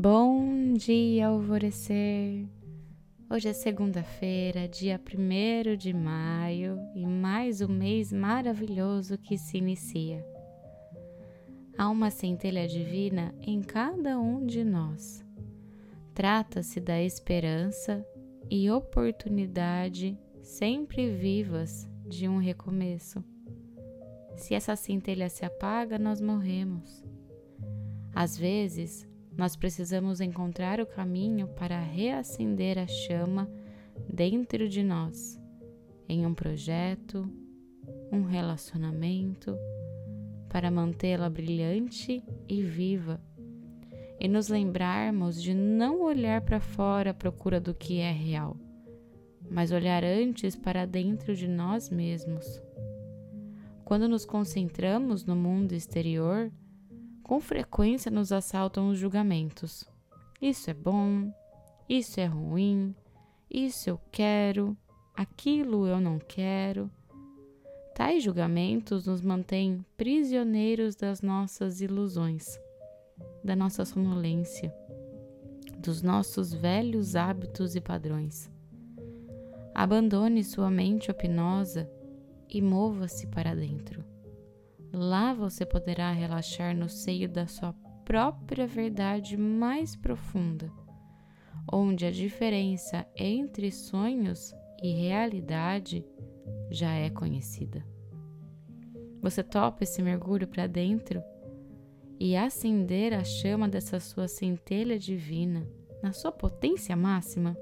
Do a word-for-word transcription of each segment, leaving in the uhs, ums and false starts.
Bom dia, alvorecer! Hoje é segunda-feira, dia primeiro de maio e mais um mês maravilhoso que se inicia. Há uma centelha divina em cada um de nós. Trata-se da esperança e oportunidade sempre vivas de um recomeço. Se essa centelha se apaga, nós morremos. Às vezes, nós precisamos encontrar o caminho para reacender a chama dentro de nós, em um projeto, um relacionamento, para mantê-la brilhante e viva, e nos lembrarmos de não olhar para fora à procura do que é real, mas olhar antes para dentro de nós mesmos. Quando nos concentramos no mundo exterior, com frequência nos assaltam os julgamentos. Isso é bom, isso é ruim, isso eu quero, aquilo eu não quero. Tais julgamentos nos mantêm prisioneiros das nossas ilusões, da nossa sonolência, dos nossos velhos hábitos e padrões. Abandone sua mente opinosa e mova-se para dentro. Lá você poderá relaxar no seio da sua própria verdade mais profunda, onde a diferença entre sonhos e realidade já é conhecida. Você topa esse mergulho para dentro e acender a chama dessa sua centelha divina na sua potência máxima?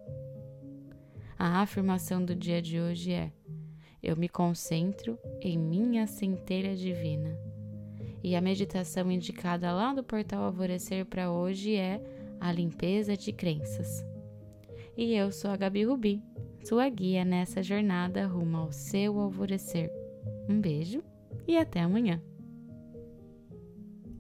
A afirmação do dia de hoje é: eu me concentro em minha centelha divina. E a meditação indicada lá do portal Alvorecer para hoje é a limpeza de crenças. E eu sou a Gabi Rubi, sua guia nessa jornada rumo ao seu alvorecer. Um beijo e até amanhã.